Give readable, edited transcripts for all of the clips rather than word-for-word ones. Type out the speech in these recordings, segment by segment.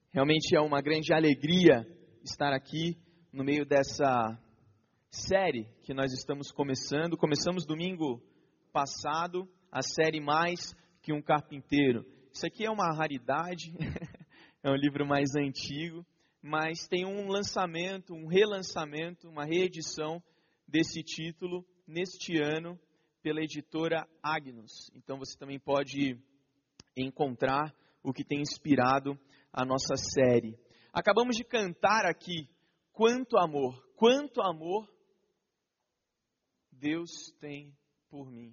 Realmente é uma grande alegria estar aqui no meio dessa série que nós estamos começando. Começamos domingo passado a série Mais que um Carpinteiro. Isso aqui é uma raridade, é um livro mais antigo, mas tem um lançamento, um relançamento, uma reedição desse título neste ano pela editora Agnus. Então você também pode encontrar o que tem inspirado a nossa série. Acabamos de cantar aqui, quanto amor Deus tem por mim.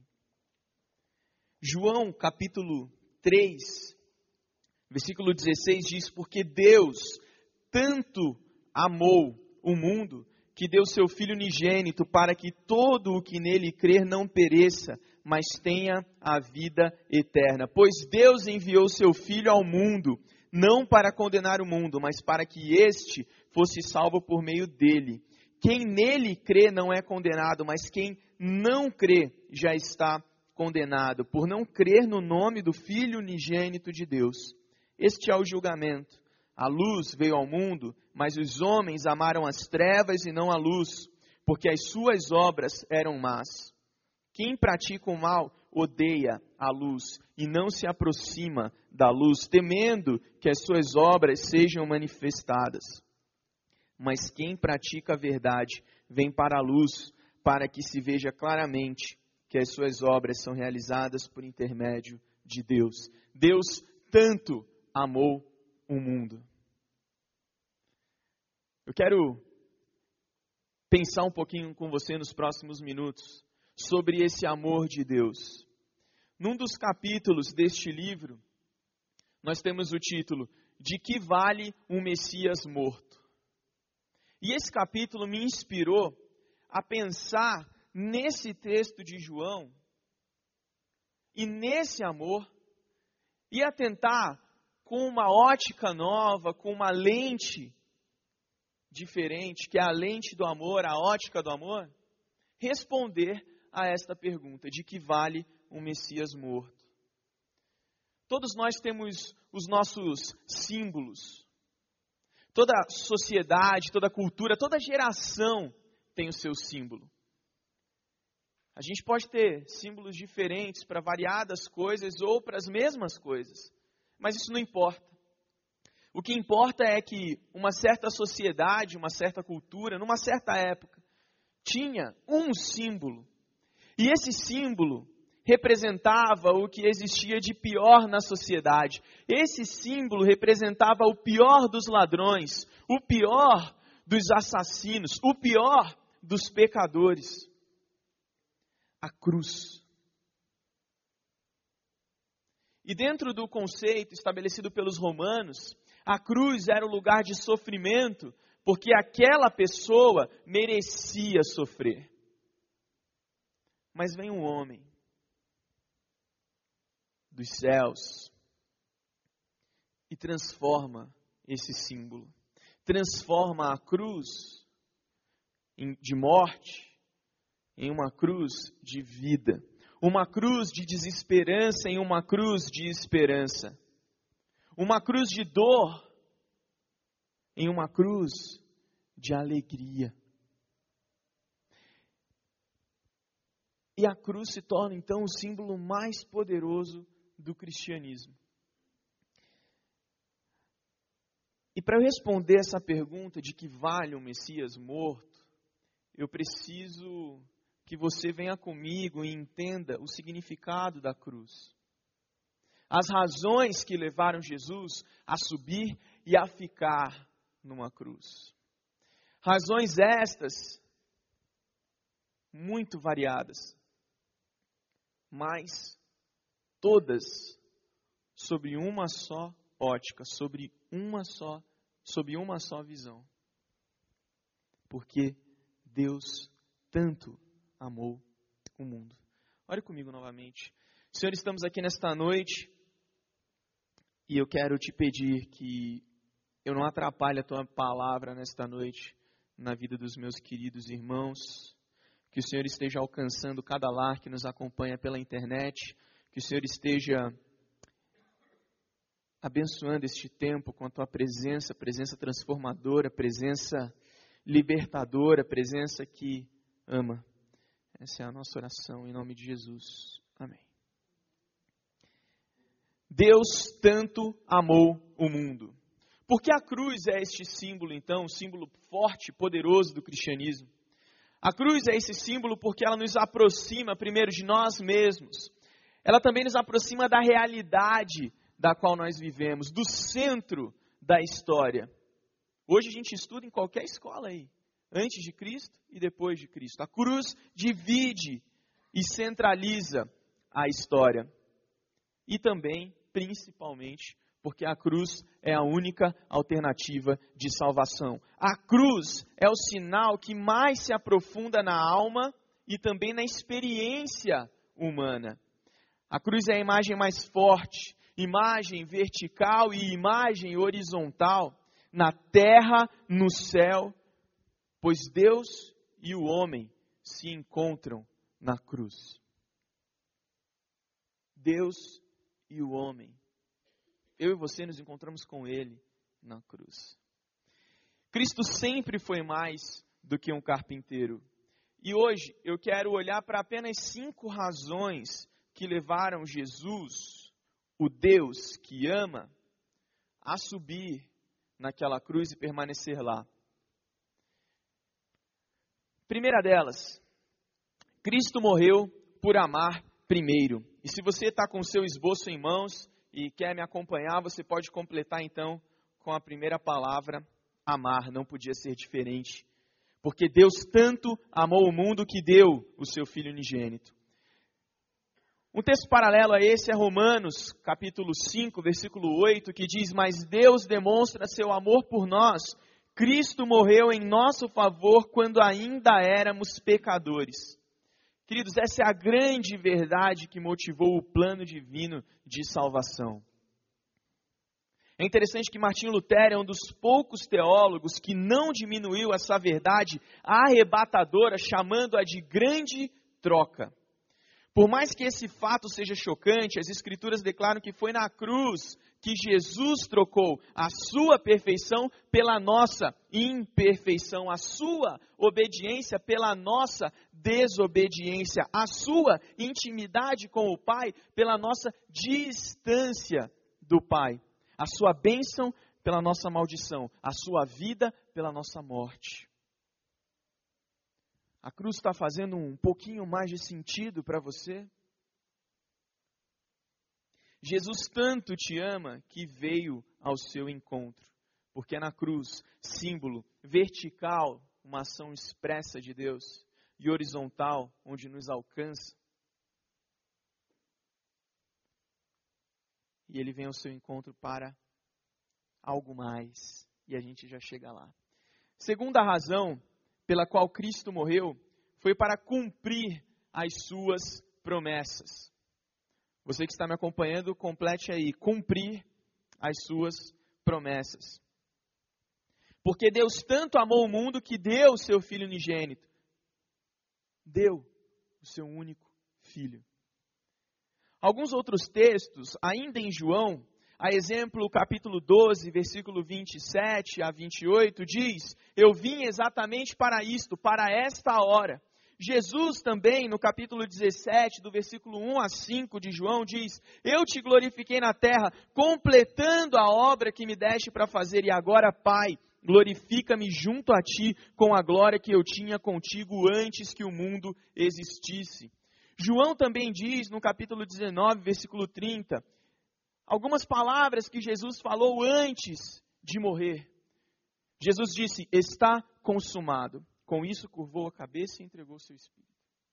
João capítulo 3, versículo 16 diz, porque Deus tanto amou o mundo, que deu seu Filho unigênito para que todo o que nele crer não pereça, mas tenha a vida eterna. Pois Deus enviou seu Filho ao mundo, não para condenar o mundo, mas para que este fosse salvo por meio dele. Quem nele crê não é condenado, mas quem não crê já está condenado, por não crer no nome do Filho unigênito de Deus. Este é o julgamento. A luz veio ao mundo, mas os homens amaram as trevas e não a luz, porque as suas obras eram más. Quem pratica o mal odeia a luz e não se aproxima da luz, temendo que as suas obras sejam manifestadas. Mas quem pratica a verdade vem para a luz, para que se veja claramente que as suas obras são realizadas por intermédio de Deus. Deus tanto amou o mundo. Eu quero pensar um pouquinho com você nos próximos minutos sobre esse amor de Deus. Num dos capítulos deste livro, nós temos o título, De que vale um Messias morto? E esse capítulo me inspirou a pensar nesse texto de João e nesse amor e a tentar, com uma ótica nova, com uma lente diferente, que é a lente do amor, a ótica do amor, responder a esta pergunta, de que vale um Messias morto? Todos nós temos os nossos símbolos. Toda sociedade, toda cultura, toda geração tem o seu símbolo. A gente pode ter símbolos diferentes para variadas coisas ou para as mesmas coisas, mas isso não importa. O que importa é que uma certa sociedade, uma certa cultura, numa certa época, tinha um símbolo. E esse símbolo representava o que existia de pior na sociedade. Esse símbolo representava o pior dos ladrões, o pior dos assassinos, o pior dos pecadores. A cruz. E dentro do conceito estabelecido pelos romanos, a cruz era o lugar de sofrimento, porque aquela pessoa merecia sofrer. Mas vem um homem dos céus e transforma esse símbolo. Transforma a cruz de morte em uma cruz de vida. Uma cruz de desesperança em uma cruz de esperança. Uma cruz de dor em uma cruz de alegria. E a cruz se torna então o símbolo mais poderoso do cristianismo. E para eu responder essa pergunta de que vale um Messias morto, eu preciso que você venha comigo e entenda o significado da cruz. As razões que levaram Jesus a subir e a ficar numa cruz. Razões estas muito variadas, mas todas sobre uma só ótica, sobre uma só visão. Porque Deus tanto amou o mundo. Ore comigo novamente. Senhor, estamos aqui nesta noite e eu quero te pedir que eu não atrapalhe a tua palavra nesta noite na vida dos meus queridos irmãos. Que o Senhor esteja alcançando cada lar que nos acompanha pela internet. Que o Senhor esteja abençoando este tempo com a Tua presença, presença transformadora, presença libertadora, presença que ama. Essa é a nossa oração, em nome de Jesus. Amém. Deus tanto amou o mundo. Porque a cruz é este símbolo, então, um símbolo forte, poderoso do cristianismo. A cruz é esse símbolo porque ela nos aproxima, primeiro, de nós mesmos. Ela também nos aproxima da realidade da qual nós vivemos, do centro da história. Hoje a gente estuda em qualquer escola aí, antes de Cristo e depois de Cristo. A cruz divide e centraliza a história. E também, principalmente, porque a cruz é a única alternativa de salvação. A cruz é o sinal que mais se aprofunda na alma e também na experiência humana. A cruz é a imagem mais forte, imagem vertical e imagem horizontal, na terra, no céu, pois Deus e o homem se encontram na cruz. Deus e o homem. Eu e você nos encontramos com Ele na cruz. Cristo sempre foi mais do que um carpinteiro. E hoje eu quero olhar para apenas 5 razões que levaram Jesus, o Deus que ama, a subir naquela cruz e permanecer lá. Primeira delas, Cristo morreu por amar primeiro. E se você está com o seu esboço em mãos e quer me acompanhar, você pode completar então com a primeira palavra, amar. Não podia ser diferente. Porque Deus tanto amou o mundo que deu o seu Filho unigênito. Um texto paralelo a esse é Romanos, capítulo 5, versículo 8, que diz: mas Deus demonstra seu amor por nós. Cristo morreu em nosso favor quando ainda éramos pecadores. Queridos, essa é a grande verdade que motivou o plano divino de salvação. É interessante que Martinho Lutero é um dos poucos teólogos que não diminuiu essa verdade arrebatadora, chamando-a de grande troca. Por mais que esse fato seja chocante, as Escrituras declaram que foi na cruz que Jesus trocou a sua perfeição pela nossa imperfeição, a sua obediência pela nossa desobediência, a sua intimidade com o Pai pela nossa distância do Pai, a sua bênção pela nossa maldição, a sua vida pela nossa morte. A cruz está fazendo um pouquinho mais de sentido para você? Jesus tanto te ama que veio ao seu encontro. Porque é na cruz, símbolo vertical, uma ação expressa de Deus, e horizontal, onde nos alcança. E Ele vem ao seu encontro para algo mais. E a gente já chega lá. Segunda razão pela qual Cristo morreu, foi para cumprir as suas promessas. Você que está me acompanhando, complete aí, cumprir as suas promessas. Porque Deus tanto amou o mundo que deu o seu Filho unigênito. Deu o seu único Filho. Alguns outros textos, ainda em João, a exemplo, capítulo 12, versículo 27 a 28, diz: eu vim exatamente para isto, para esta hora. Jesus também, no capítulo 17, do versículo 1 a 5 de João, diz: eu te glorifiquei na terra, completando a obra que me deste para fazer, e agora, Pai, glorifica-me junto a ti com a glória que eu tinha contigo antes que o mundo existisse. João também diz, no capítulo 19, versículo 30, algumas palavras que Jesus falou antes de morrer. Jesus disse: está consumado. Com isso, curvou a cabeça e entregou o seu espírito.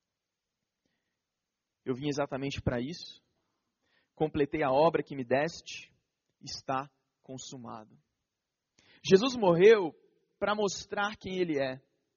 Eu vim exatamente para isso. Completei a obra que me deste. Está consumado. Jesus morreu para mostrar quem Ele é.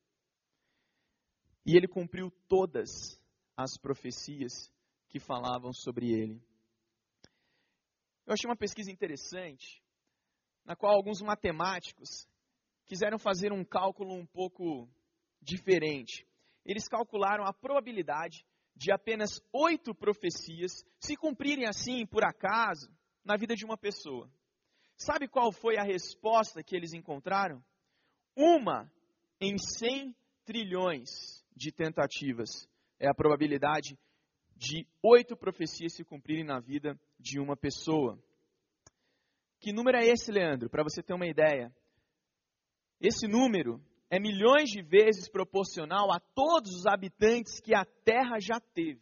E Ele cumpriu todas as profecias que falavam sobre Ele. Eu achei uma pesquisa interessante, na qual alguns matemáticos quiseram fazer um cálculo um pouco diferente. Eles calcularam a probabilidade de apenas 8 profecias se cumprirem assim, por acaso, na vida de uma pessoa. Sabe qual foi a resposta que eles encontraram? 1 em 100 trilhões de tentativas é a probabilidade de 8 profecias se cumprirem na vida de uma pessoa. Que número é esse, Leandro? Para você ter uma ideia. Esse número é milhões de vezes proporcional a todos os habitantes que a Terra já teve.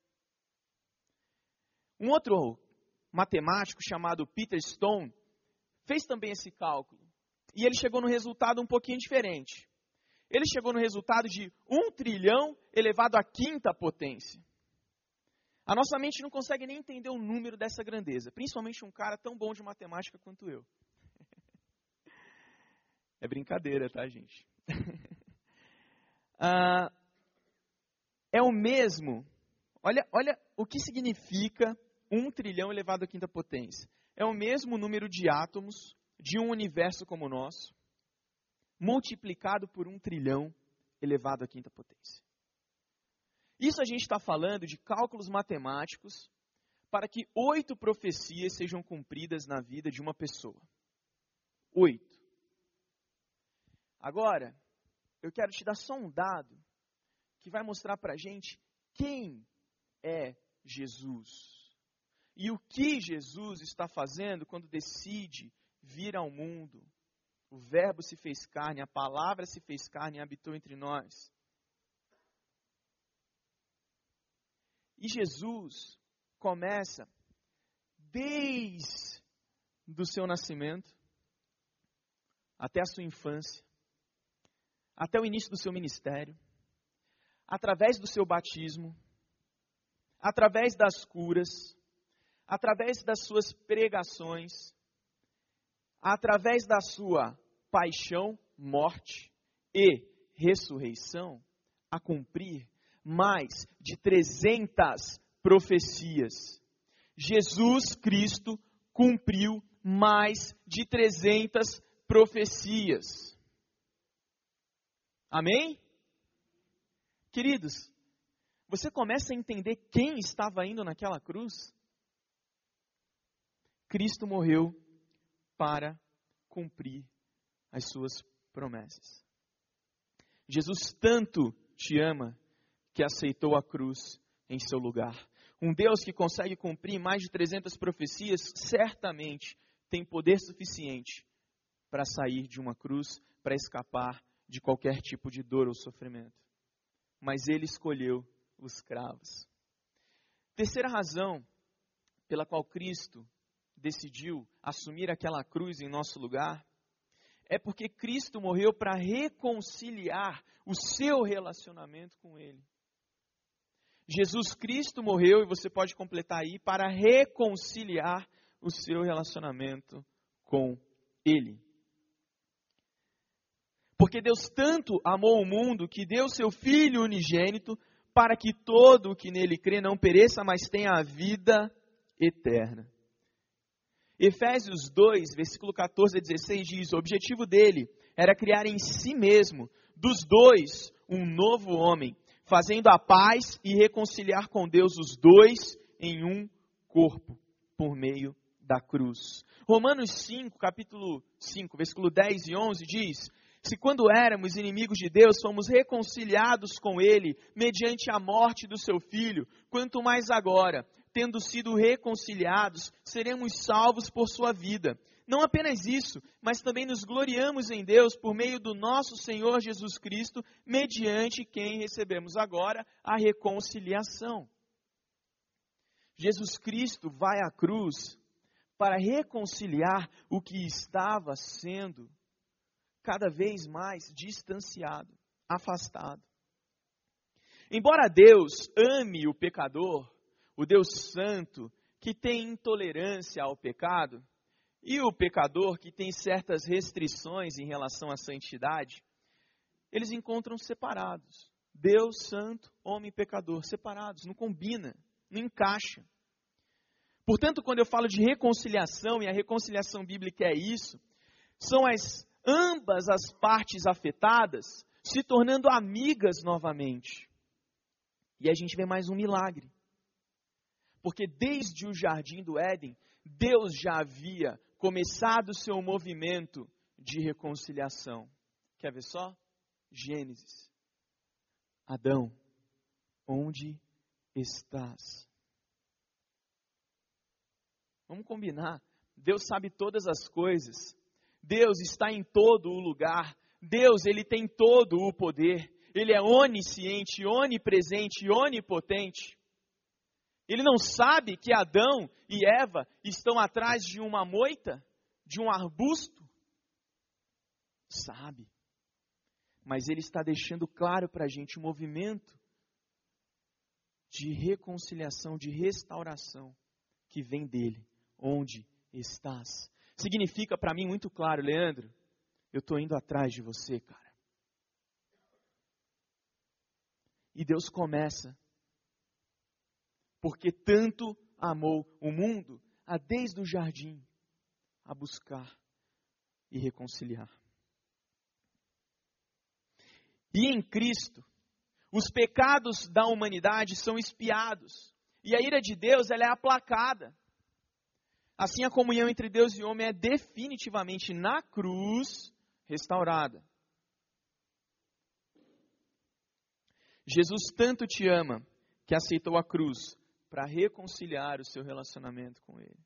Um outro matemático chamado Peter Stone fez também esse cálculo. E ele chegou no resultado um pouquinho diferente. Ele chegou no resultado de 1 trilhão elevado à 5ª potência. A nossa mente não consegue nem entender o número dessa grandeza, principalmente um cara tão bom de matemática quanto eu. É brincadeira, tá, gente? É o mesmo, olha o que significa 1 trilhão elevado à 5ª potência. É o mesmo número de átomos de um universo como o nosso, multiplicado por 1 trilhão elevado à 5ª potência. Isso a gente está falando de cálculos matemáticos para que 8 profecias sejam cumpridas na vida de uma pessoa. 8. Agora, eu quero te dar só um dado que vai mostrar para a gente quem é Jesus. E o que Jesus está fazendo quando decide vir ao mundo. O Verbo se fez carne, a palavra se fez carne e habitou entre nós. E Jesus começa desde o seu nascimento até a sua infância, até o início do seu ministério, através do seu batismo, através das curas, através das suas pregações, através da sua paixão, morte e ressurreição, a cumprir mais de 300 profecias. Jesus Cristo cumpriu mais de 300 profecias. Amém? Queridos, você começa a entender quem estava indo naquela cruz? Cristo morreu para cumprir as suas promessas. Jesus tanto te ama que aceitou a cruz em seu lugar. Um Deus que consegue cumprir mais de 300 profecias, certamente tem poder suficiente para sair de uma cruz, para escapar de qualquer tipo de dor ou sofrimento. Mas ele escolheu os cravos. Terceira razão pela qual Cristo decidiu assumir aquela cruz em nosso lugar, é porque Cristo morreu para reconciliar o seu relacionamento com Ele. Jesus Cristo morreu, e você pode completar aí, para reconciliar o seu relacionamento com Ele. Porque Deus tanto amou o mundo que deu seu Filho unigênito para que todo o que nele crê não pereça, mas tenha a vida eterna. Efésios 2, versículo 14 a 16 diz: o objetivo dele era criar em si mesmo, dos dois, um novo homem, fazendo a paz e reconciliar com Deus os dois em um corpo, por meio da cruz. Romanos 5, capítulo 5, versículo 10 e 11 diz: se quando éramos inimigos de Deus, fomos reconciliados com Ele, mediante a morte do seu Filho, quanto mais agora, tendo sido reconciliados, seremos salvos por sua vida. Não apenas isso, mas também nos gloriamos em Deus por meio do nosso Senhor Jesus Cristo, mediante quem recebemos agora a reconciliação. Jesus Cristo vai à cruz para reconciliar o que estava sendo cada vez mais distanciado, afastado. Embora Deus ame o pecador, o Deus santo, que tem intolerância ao pecado, e o pecador que tem certas restrições em relação à santidade, eles encontram separados. Deus santo, homem e pecador, separados, não combina, não encaixa. Portanto, quando eu falo de reconciliação, e a reconciliação bíblica é isso, são ambas as partes afetadas se tornando amigas novamente. E a gente vê mais um milagre. Porque desde o jardim do Éden, Deus já havia começado o seu movimento de reconciliação. Quer ver só? Gênesis. Adão, onde estás? Vamos combinar. Deus sabe todas as coisas. Deus está em todo o lugar. Deus, Ele tem todo o poder. Ele é onisciente, onipresente e onipotente. Ele não sabe que Adão e Eva estão atrás de uma moita, de um arbusto? Sabe. Mas Ele está deixando claro para a gente o movimento de reconciliação, de restauração que vem dele. Onde estás? Significa para mim muito claro, Leandro, eu estou indo atrás de você, cara. E Deus começa, porque tanto amou o mundo, desde o jardim, a buscar e reconciliar. E em Cristo, os pecados da humanidade são expiados, e a ira de Deus ela é aplacada. Assim, a comunhão entre Deus e o homem é definitivamente na cruz restaurada. Jesus tanto te ama que aceitou a cruz para reconciliar o seu relacionamento com Ele.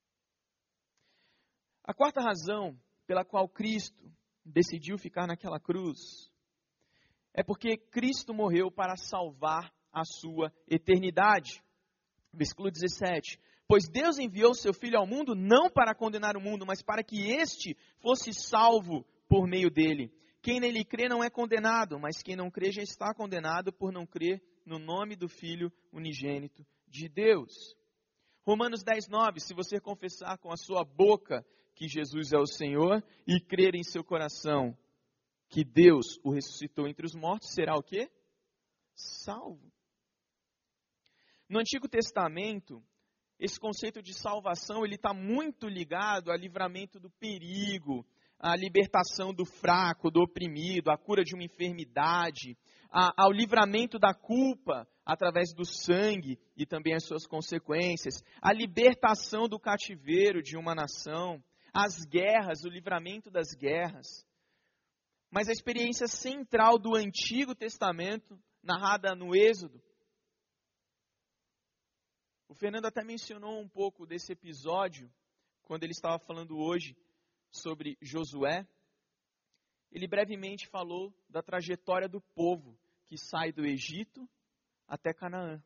A quarta razão pela qual Cristo decidiu ficar naquela cruz é porque Cristo morreu para salvar a sua eternidade. Versículo 17. Pois Deus enviou seu Filho ao mundo não para condenar o mundo, mas para que este fosse salvo por meio dele. Quem nele crê não é condenado, mas quem não crê já está condenado por não crer no nome do Filho unigênito de Deus. Romanos 10:9, se você confessar com a sua boca que Jesus é o Senhor e crer em seu coração que Deus o ressuscitou entre os mortos, será o quê? Salvo. No Antigo Testamento, esse conceito de salvação ele está muito ligado ao livramento do perigo, à libertação do fraco, do oprimido, à cura de uma enfermidade, ao livramento da culpa através do sangue e também as suas consequências, à libertação do cativeiro de uma nação, às guerras, o livramento das guerras. Mas a experiência central do Antigo Testamento, narrada no Êxodo, o Fernando até mencionou um pouco desse episódio, quando ele estava falando hoje sobre Josué. Ele brevemente falou da trajetória do povo que sai do Egito até Canaã.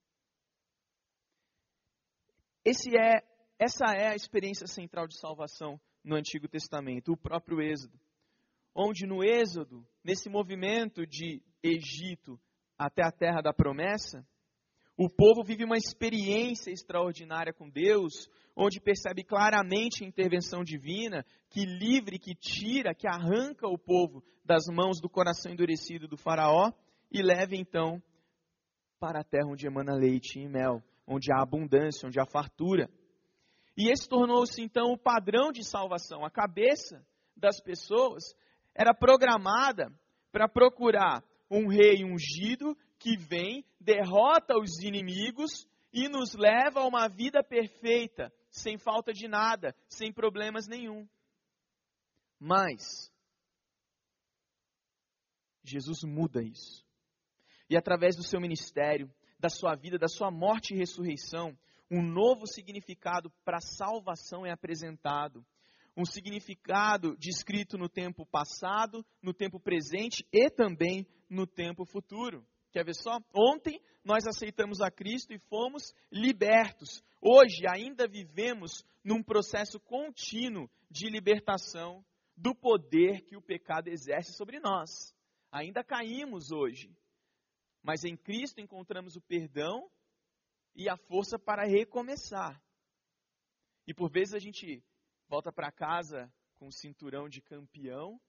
Essa é a experiência central de salvação no Antigo Testamento, o próprio Êxodo. Onde no Êxodo, nesse movimento de Egito até a terra da promessa, o povo vive uma experiência extraordinária com Deus, onde percebe claramente a intervenção divina, que livre, que tira, que arranca o povo das mãos do coração endurecido do faraó e leva então para a terra onde emana leite e mel, onde há abundância, onde há fartura. E esse tornou-se então o padrão de salvação. A cabeça das pessoas era programada para procurar um rei ungido que vem, derrota os inimigos e nos leva a uma vida perfeita, sem falta de nada, sem problemas nenhum. Mas Jesus muda isso. E através do seu ministério, da sua vida, da sua morte e ressurreição, um novo significado para a salvação é apresentado. Um significado descrito no tempo passado, no tempo presente e também no tempo futuro. Quer ver só? Ontem nós aceitamos a Cristo e fomos libertos. Hoje ainda vivemos num processo contínuo de libertação do poder que o pecado exerce sobre nós. Ainda caímos hoje, mas em Cristo encontramos o perdão e a força para recomeçar. E por vezes a gente volta para casa com um cinturão de campeão,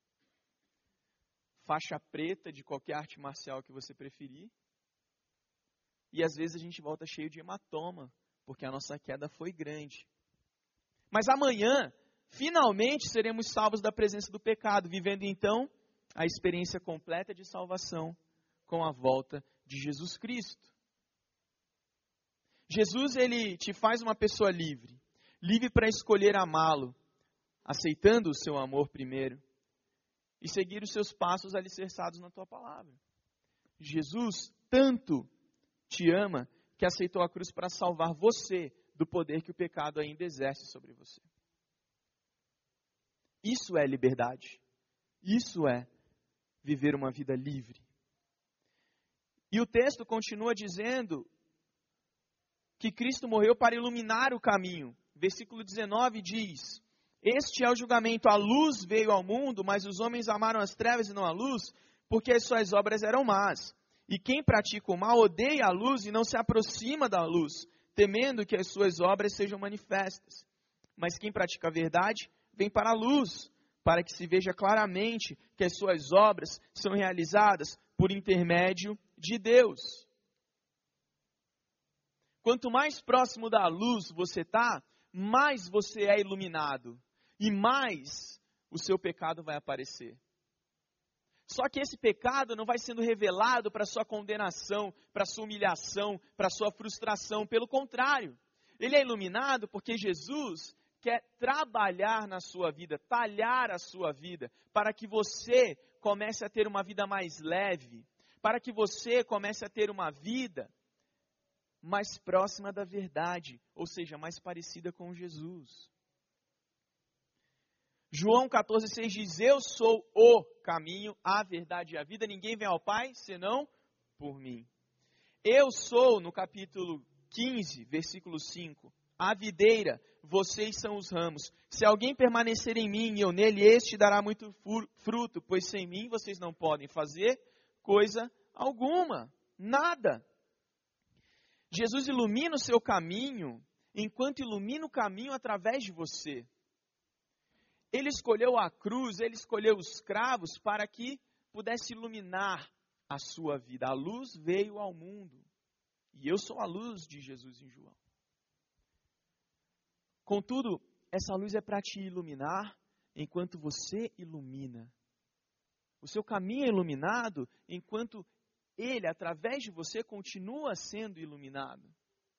faixa preta de qualquer arte marcial que você preferir. E às vezes a gente volta cheio de hematoma, porque a nossa queda foi grande. Mas amanhã, finalmente seremos salvos da presença do pecado, vivendo então a experiência completa de salvação com a volta de Jesus Cristo. Jesus, ele te faz uma pessoa livre. livre para escolher amá-lo, aceitando o seu amor primeiro, e seguir os seus passos alicerçados na tua palavra. Jesus tanto te ama que aceitou a cruz para salvar você do poder que o pecado ainda exerce sobre você. Isso é liberdade. Isso é viver uma vida livre. E o texto continua dizendo que Cristo morreu para iluminar o caminho. Versículo 19 diz: este é o julgamento, a luz veio ao mundo, mas os homens amaram as trevas e não a luz, porque as suas obras eram más. E quem pratica o mal odeia a luz e não se aproxima da luz, temendo que as suas obras sejam manifestas. Mas quem pratica a verdade vem para a luz, para que se veja claramente que as suas obras são realizadas por intermédio de Deus. Quanto mais próximo da luz você está, mais você é iluminado. E mais o seu pecado vai aparecer. Só que esse pecado não vai sendo revelado para sua condenação, para sua humilhação, para sua frustração. Pelo contrário, ele é iluminado porque Jesus quer trabalhar na sua vida, talhar a sua vida, para que você comece a ter uma vida mais leve, para que você comece a ter uma vida mais próxima da verdade, ou seja, mais parecida com Jesus. João 14,6 diz: eu sou o caminho, a verdade e a vida, ninguém vem ao Pai senão por mim. Eu sou, no capítulo 15, versículo 5, a videira, vocês são os ramos. Se alguém permanecer em mim e eu nele, este dará muito fruto, pois sem mim vocês não podem fazer coisa alguma, nada. Jesus ilumina o seu caminho, enquanto ilumina o caminho através de você. Ele escolheu a cruz, ele escolheu os cravos para que pudesse iluminar a sua vida. A luz veio ao mundo. E eu sou a luz de Jesus em João. Contudo, essa luz é para te iluminar enquanto você ilumina. O seu caminho é iluminado enquanto ele, através de você, continua sendo iluminado.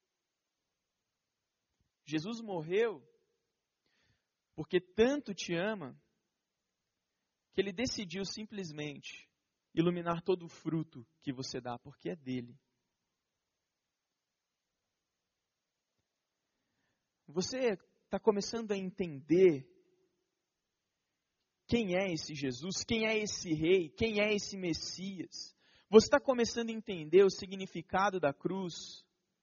Jesus morreu porque tanto te ama, que ele decidiu simplesmente iluminar todo o fruto que você dá, porque é dele. Você está começando a entender quem é esse Jesus, quem é esse rei, quem é esse Messias. Você está começando a entender o significado da cruz.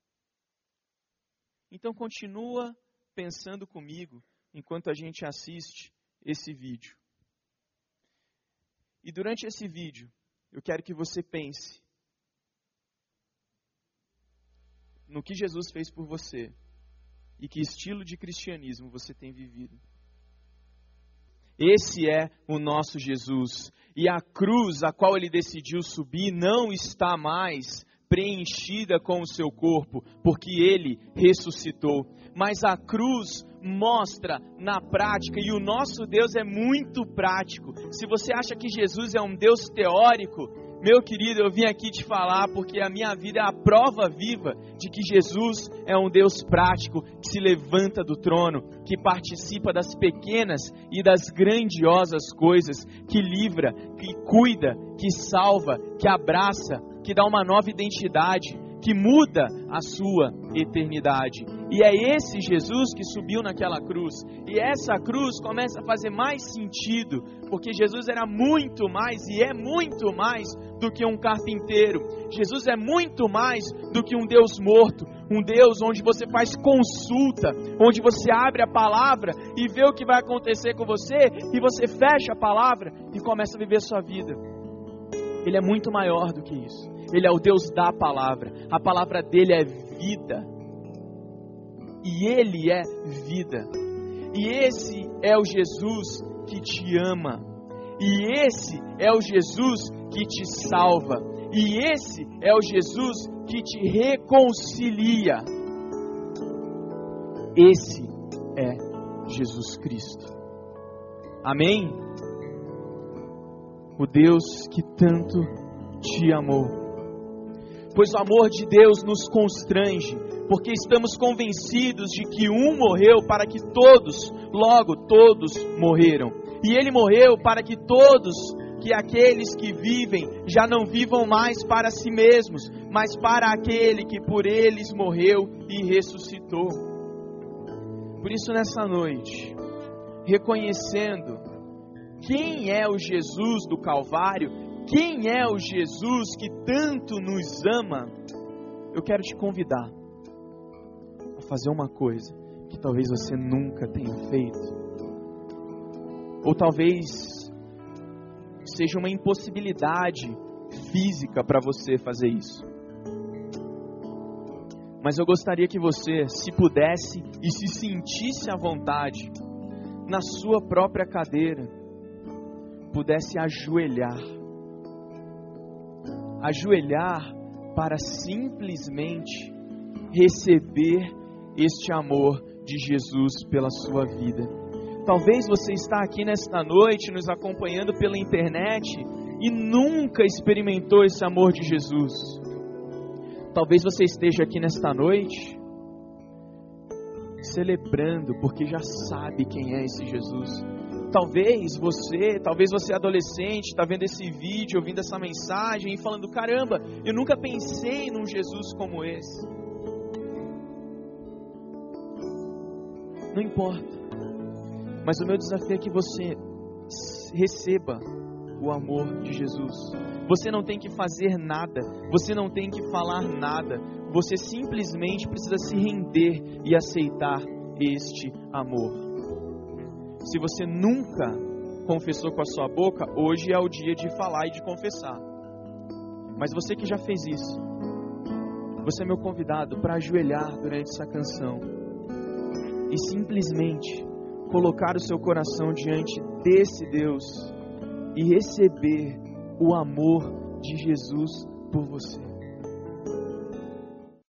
Então continua pensando comigo enquanto a gente assiste esse vídeo. E durante esse vídeo, eu quero que você pense no que Jesus fez por você e que estilo de cristianismo você tem vivido. Esse é o nosso Jesus. E a cruz a qual ele decidiu subir não está mais preenchida com o seu corpo, porque ele ressuscitou. Mas a cruz mostra na prática, e o nosso Deus é muito prático. Se você acha que Jesus é um Deus teórico, meu querido, eu vim aqui te falar porque a minha vida é a prova viva de que Jesus é um Deus prático, que se levanta do trono, que participa das pequenas e das grandiosas coisas, que livra, que cuida, que salva, que abraça, que dá uma nova identidade, que muda a sua eternidade. E é esse Jesus que subiu naquela cruz. E essa cruz começa a fazer mais sentido, porque Jesus era muito mais e é muito mais do que um carpinteiro. Jesus é muito mais do que um Deus morto, um Deus onde você faz consulta, onde você abre a palavra e vê o que vai acontecer com você, e você fecha a palavra e começa a viver a sua vida. Ele é muito maior do que isso. Ele é o Deus da palavra. A palavra dele é vida. E ele é vida. E esse é o Jesus que te ama. E esse é o Jesus que te salva. E esse é o Jesus que te reconcilia. Esse é Jesus Cristo. Amém? O Deus que tanto te amou. pois o amor de Deus nos constrange, porque estamos convencidos de que um morreu para que todos, logo todos morreram. E ele morreu para que todos, que aqueles que vivem, já não vivam mais para si mesmos, mas para aquele que por eles morreu e ressuscitou. Por isso nessa noite, reconhecendo quem é o Jesus do Calvário, quem é o Jesus que tanto nos ama, eu quero te convidar a fazer uma coisa que talvez você nunca tenha feito, ou talvez seja uma impossibilidade física para você fazer isso. Mas eu gostaria que você, se pudesse e se sentisse à vontade, na sua própria cadeira, pudesse ajoelhar para simplesmente receber este amor de Jesus pela sua vida. Talvez você está aqui nesta noite, nos acompanhando pela internet, e nunca experimentou esse amor de Jesus. Talvez você esteja aqui nesta noite, celebrando, porque já sabe quem é esse Jesus. Talvez você adolescente, está vendo esse vídeo, ouvindo essa mensagem e falando, caramba, eu nunca pensei num Jesus como esse. Não importa, mas o meu desafio é que você receba o amor de Jesus. Você não tem que fazer nada, você não tem que falar nada, você simplesmente precisa se render e aceitar este amor. Se você nunca confessou com a sua boca, hoje é o dia de falar e de confessar. Mas você que já fez isso, você é meu convidado para ajoelhar durante essa canção e simplesmente colocar o seu coração diante desse Deus e receber o amor de Jesus por você.